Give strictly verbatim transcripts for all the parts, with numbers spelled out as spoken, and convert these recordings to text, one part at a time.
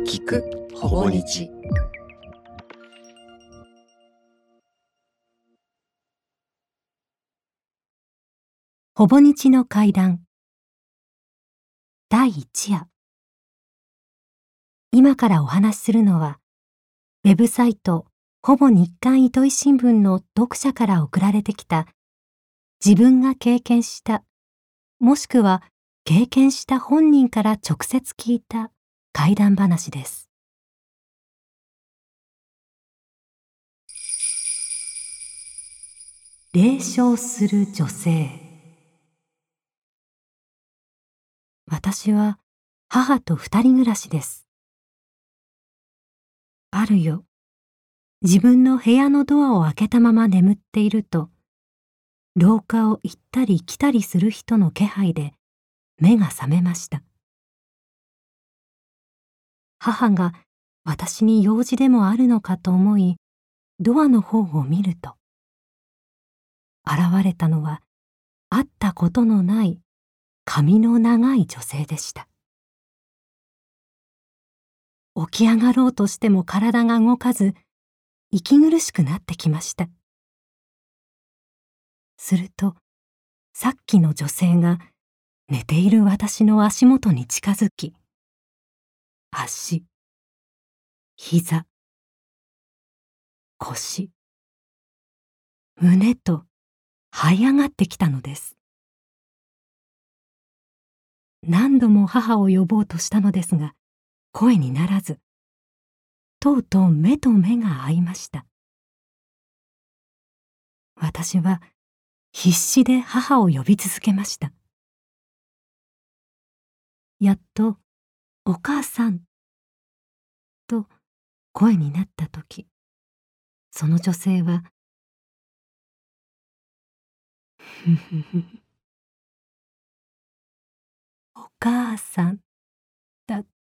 聞くほぼ日。 ほぼ日の怪談だいいち夜。今からお話しするのは、ウェブサイトほぼ日刊糸井新聞の読者から送られてきた、自分が経験した、もしくは経験した本人から直接聞いた怪談話です。霊唱する女性。私は母と二人暮らしです。ある夜、自分の部屋のドアを開けたまま眠っていると、廊下を行ったり来たりする人の気配で目が覚めました。母が私に用事でもあるのかと思い、ドアの方を見ると、現れたのは会ったことのない髪の長い女性でした。起き上がろうとしても体が動かず、息苦しくなってきました。すると、さっきの女性が寝ている私の足元に近づき、足、膝、腰、胸と這い上がってきたのです。何度も母を呼ぼうとしたのですが、声にならず、とうとう目と目が合いました。私は必死で母を呼び続けました。やっと、お母さん、と声になったとき、その女性は、ふふふ、お母さんだって、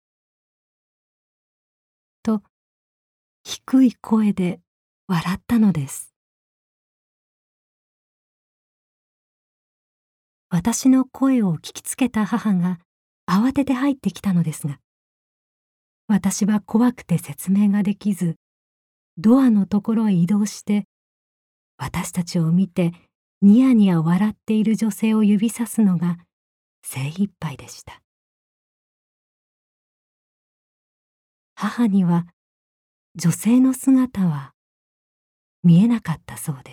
と低い声で笑ったのです。私の声を聞きつけた母が慌てて入ってきたのですが、私は怖くて説明ができず、ドアのところへ移動して、私たちを見てニヤニヤ笑っている女性を指さすのが精一杯でした。母には女性の姿は見えなかったそうです。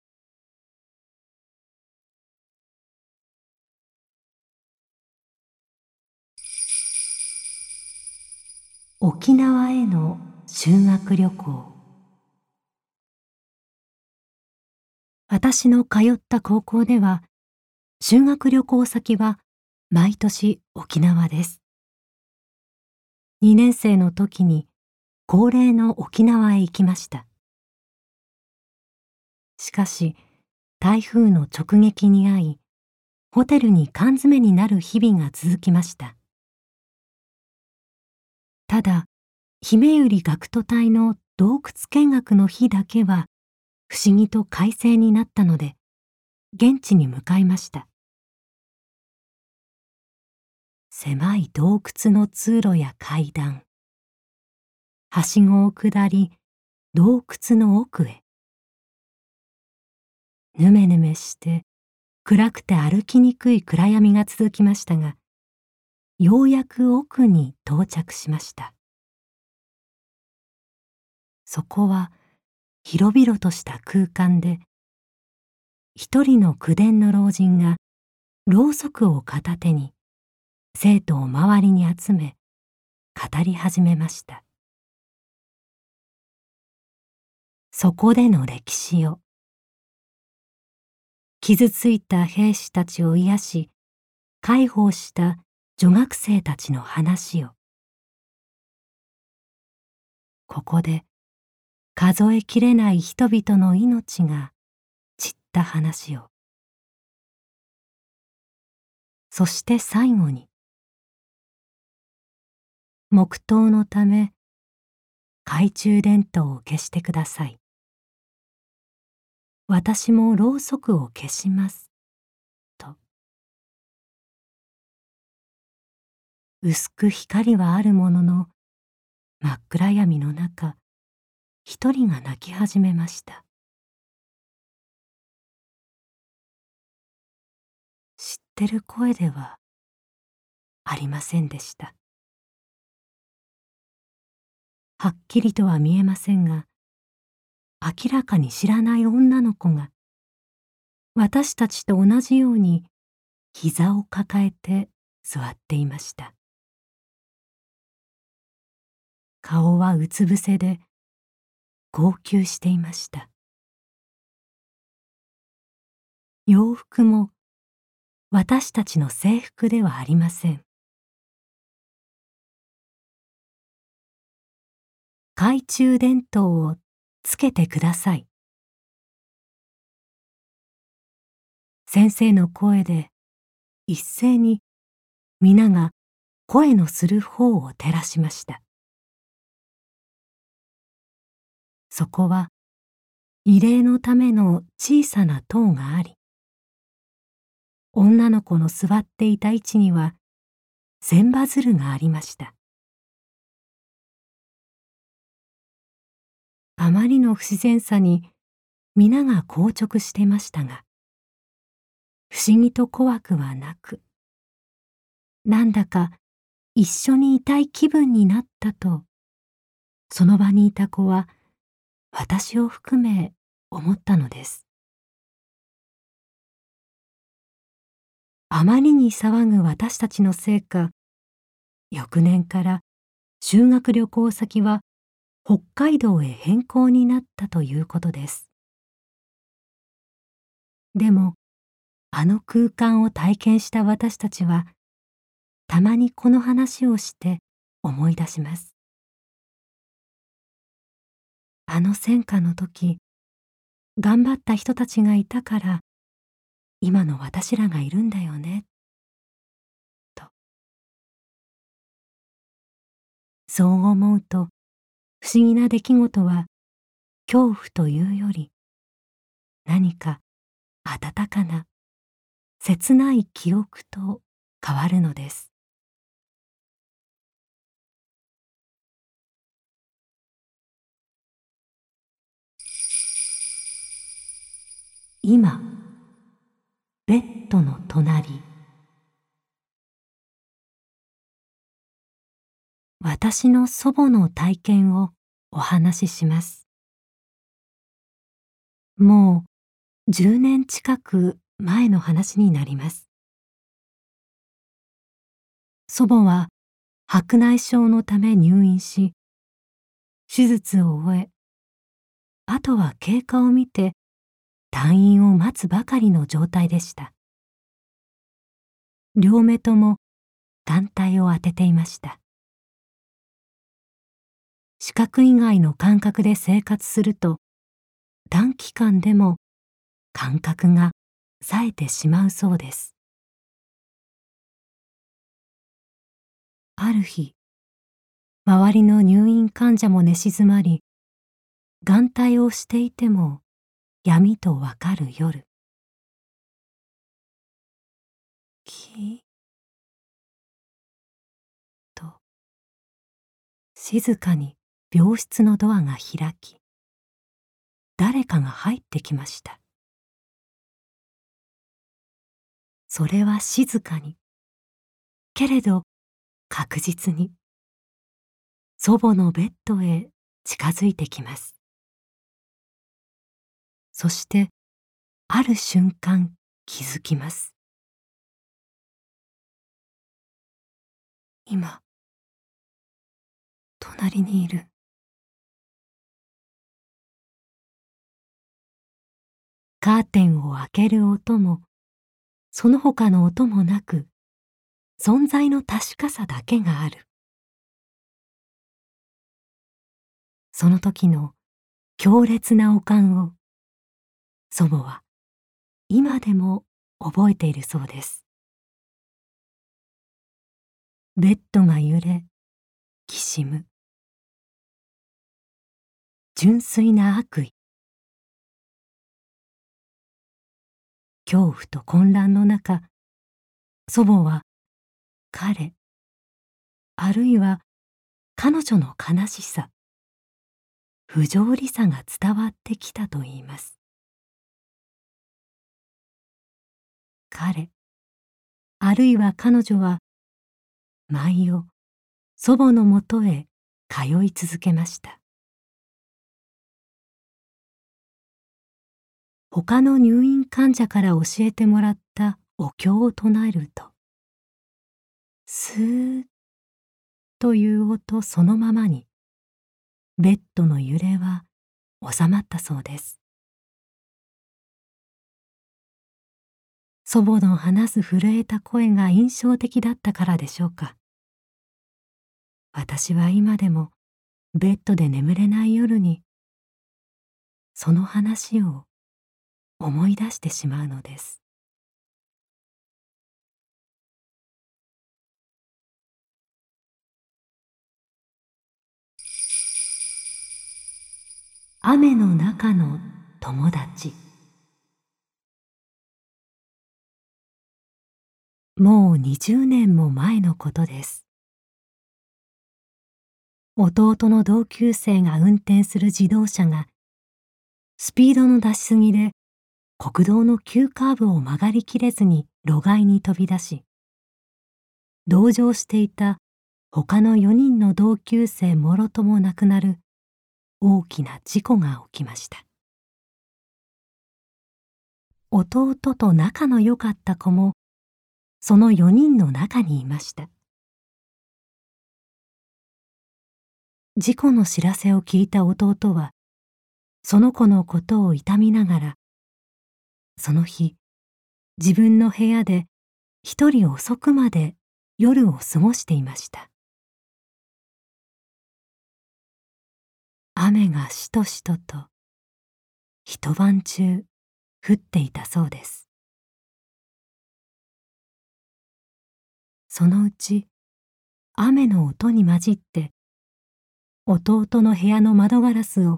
沖縄への修学旅行。私の通った高校では、修学旅行先は毎年沖縄です。にねん生の時に恒例の沖縄へ行きました。しかし、台風の直撃に遭い、ホテルに缶詰になる日々が続きました。ただ、ひめゆり学徒隊の洞窟見学の日だけは、不思議と快晴になったので、現地に向かいました。狭い洞窟の通路や階段、はしごを下り、洞窟の奥へ。ぬめぬめして暗くて歩きにくい暗闇が続きましたが、ようやく奥に到着しました。そこは広々とした空間で、一人の口伝の老人がろうそくを片手に生徒を周りに集め語り始めました。そこでの歴史を、傷ついた兵士たちを癒し介抱した女学生たちの話を、ここで数えきれない人々の命が散った話を、そして最後に、黙祷のため懐中電灯を消してください。私もろうそくを消します。と。 薄く光はあるものの、真っ暗闇の中、一人が泣き始めました。知ってる声ではありませんでした。はっきりとは見えませんが、明らかに知らない女の子が、私たちと同じように膝を抱えて座っていました。顔はうつ伏せで号泣していました。洋服も私たちの制服ではありません。懐中電灯をつけてください。先生の声で一斉に皆が声のする方を照らしました。そこは慰霊のための小さな塔があり、女の子の座っていた位置には千羽鶴がありました。あまりの不自然さに皆が硬直していましたが、不思議と怖くはなく、なんだか一緒にいたい気分になったと、その場にいた子は私を含め思ったのです。あまりに騒ぐ私たちのせいか、翌年から修学旅行先は北海道へ変更になったということです。でも、あの空間を体験した私たちは、たまにこの話をして思い出します。あの戦火の時、頑張った人たちがいたから、今の私らがいるんだよね、と。そう思うと、不思議な出来事は恐怖というより、何か温かな切ない記憶と変わるのです。今、ベッドの隣。私の祖母の体験をお話しします。もうじゅうねん近く前の話になります。祖母は白内障のため入院し、手術を終え、あとは経過を見て退院を待つばかりの状態でした。両目とも眼帯を当てていました。視覚以外の感覚で生活すると、短期間でも感覚が冴えてしまうそうです。ある日、周りの入院患者も寝静まり、眼帯をしていても闇とわかる夜。キーと静かに病室のドアが開き、誰かが入ってきました。それは静かに、けれど確実に、祖母のベッドへ近づいてきます。そして、ある瞬間気づきます。今、隣にいる。カーテンを開ける音も、その他の音もなく、存在の確かさだけがある。その時の強烈な悪感を、祖母は今でも覚えているそうです。ベッドが揺れ、きしむ。純粋な悪意。恐怖と混乱の中、祖母は彼、 あるいは彼女の悲しさ、不条理さが伝わってきたといいます。彼、あるいは彼女は毎夜祖母のもとへ通い続けました。他の入院患者から教えてもらったお経を唱えると、スーッという音そのままにベッドの揺れは収まったそうです。祖母の話す震えた声が印象的だったからでしょうか。私は今でもベッドで眠れない夜にその話を思い出してしまうのです。雨の中の友達。もうにじゅうねんも前のことです。弟の同級生が運転する自動車がスピードの出しすぎで国道の急カーブを曲がりきれずに路外に飛び出し、同乗していた他のよにんの同級生もろとも亡くなる大きな事故が起きました。弟と仲の良かった子もそのよにんの中にいました。事故の知らせを聞いた弟はその子のことを痛みながら、その日自分の部屋で一人遅くまで夜を過ごしていました。雨がしとしとと一晩中降っていたそうです。そのうち雨の音に混じって弟の部屋の窓ガラスを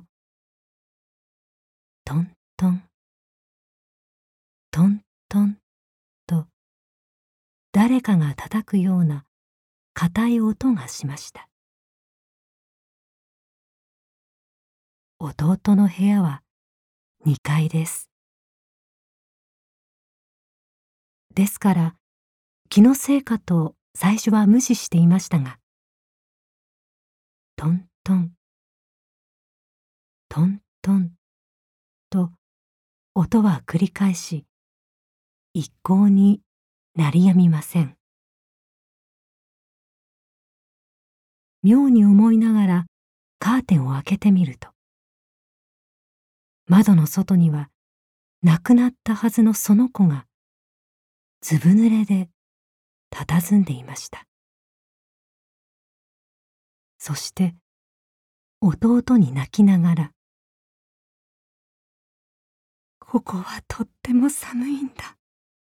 トントントントンと誰かが叩くような硬い音がしました。弟の部屋はにかいです。ですから気のせいかと最初は無視していましたが、トントントントンと音は繰り返し一向に鳴りやみません。妙に思いながらカーテンを開けてみると、窓の外には亡くなったはずのその子がずぶ濡れで佇んでいました。そして弟に泣きながら、ここはとっても寒いんだ。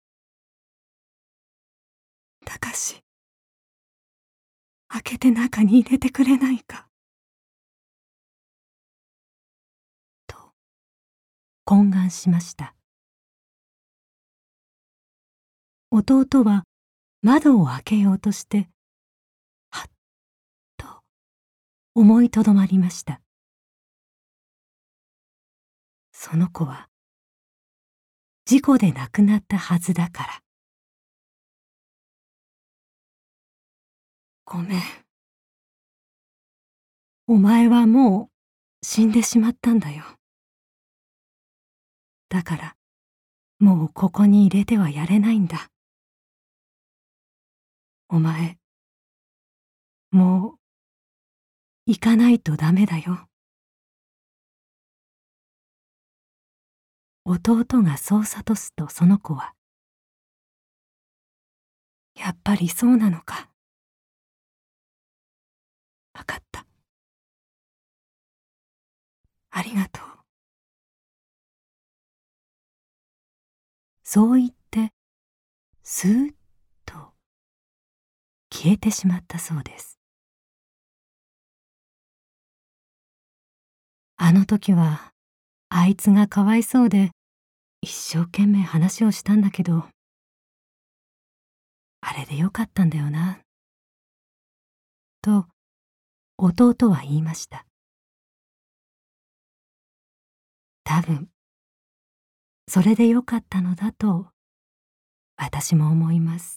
たかし、開けて中に入れてくれないか。と懇願しました。弟は窓を開けようとして、はっと思いとどまりました。その子は事故で亡くなったはずだから。ごめん。お前はもう死んでしまったんだよ。だからもうここに入れてはやれないんだ。お前、もう行かないとダメだよ。弟がそう諭すとその子は、やっぱりそうなのか。わかった。ありがとう。そう言って、スーッと消えてしまったそうです。あの時は、あいつがかわいそうで、一生懸命話をしたんだけど、あれでよかったんだよな。 と弟は言いました。多分、それでよかったのだと私も思います。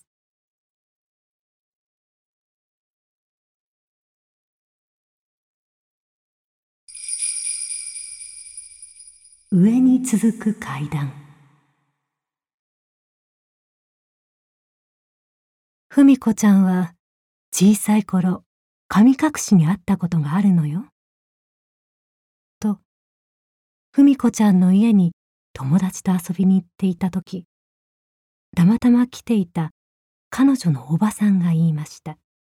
上に続く階段。ふみこちゃんは小さい頃、神隠しにあったことがあるのよ。と、ふみこちゃんの家に友達と遊びに行っていたとき、たまたま来ていた彼女のおばさんが言いました。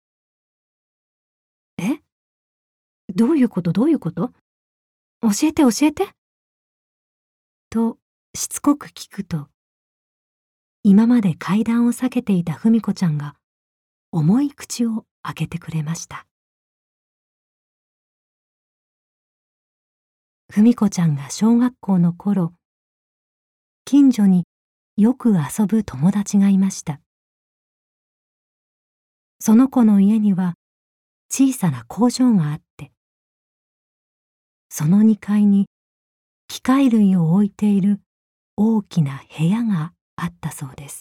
え？どういうことどういうこと？教えて教えて。としつこく聞くと、今まで階段を避けていたふみこちゃんが重い口を開けてくれました。ふみこちゃんが小学校の頃、近所によく遊ぶ友達がいました。その子の家には小さな工場があって、そのにかいに機械類を置いている大きな部屋があったそうです。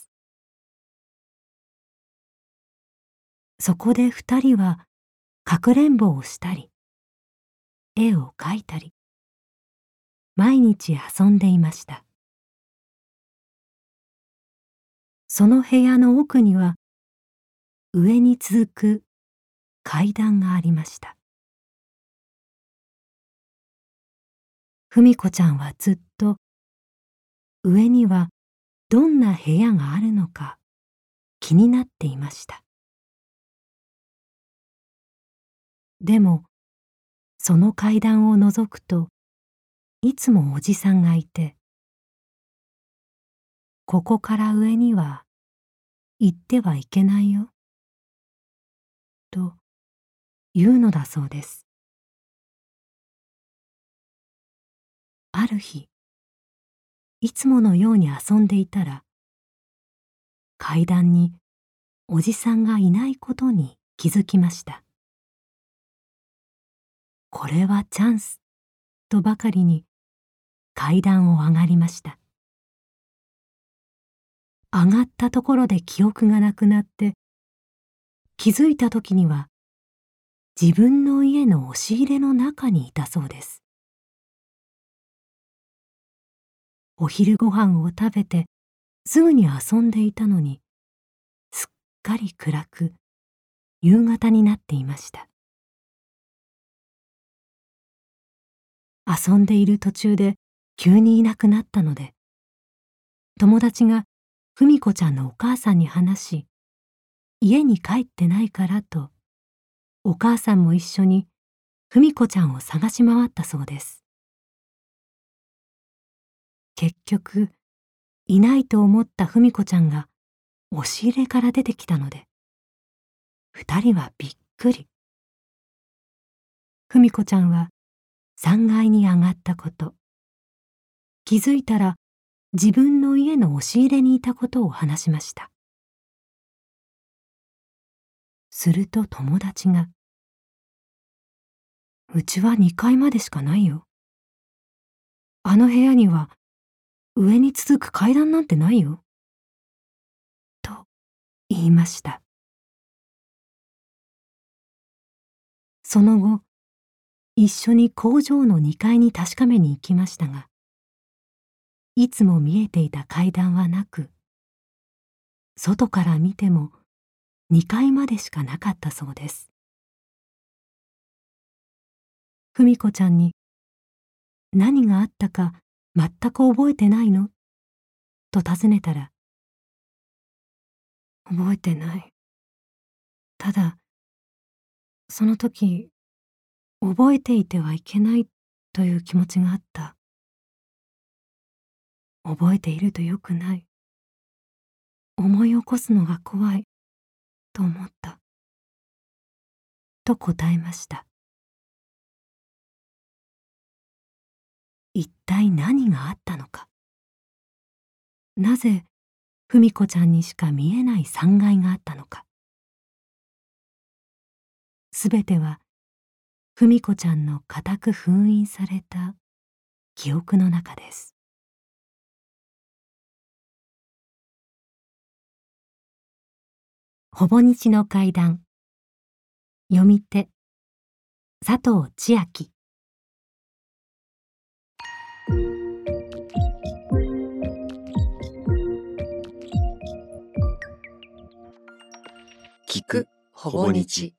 そこで二人はかくれんぼをしたり、絵を描いたり、毎日遊んでいました。その部屋の奥には上に続く階段がありました。ふみこちゃんはずっと上にはどんな部屋があるのか気になっていました。でもその階段を覗くといつもおじさんがいて、ここから上には行ってはいけないよと言うのだそうです。ある日、いつものように遊んでいたら、階段におじさんがいないことに気づきました。これはチャンスとばかりに階段を上がりました。上がったところで記憶がなくなって、気づいた時には自分の家の押し入れの中にいたそうです。お昼ご飯を食べてすぐに遊んでいたのに、すっかり暗く夕方になっていました。遊んでいる途中で急にいなくなったので、友達がふみこちゃんのお母さんに話し、家に帰ってないからと、お母さんも一緒にふみこちゃんを探し回ったそうです。結局、いないと思ったふみこちゃんが押し入れから出てきたので、二人はびっくり。ふみこちゃんは三階に上がったこと、気づいたら自分の家の押し入れにいたことを話しました。すると友達が、うちはにかいまでしかないよ。あの部屋には上に続く階段なんてないよ。と言いました。その後、一緒に工場のにかいに確かめに行きましたが、いつも見えていた階段はなく、外から見てもにかいまでしかなかったそうです。ふみこちゃんに、何があったか全く覚えてないの？と尋ねたら、覚えてない。ただ、その時、覚えていてはいけないという気持ちがあった。覚えているとよくない。思い起こすのが怖いと思った。と答えました。一体何があったのか。なぜふみこちゃんにしか見えないさんがいがあったのか。 すべては文子ちゃんの固く封印された記憶の中です。ほぼ日の怪談、読み手佐藤千秋。 聞くほぼ日。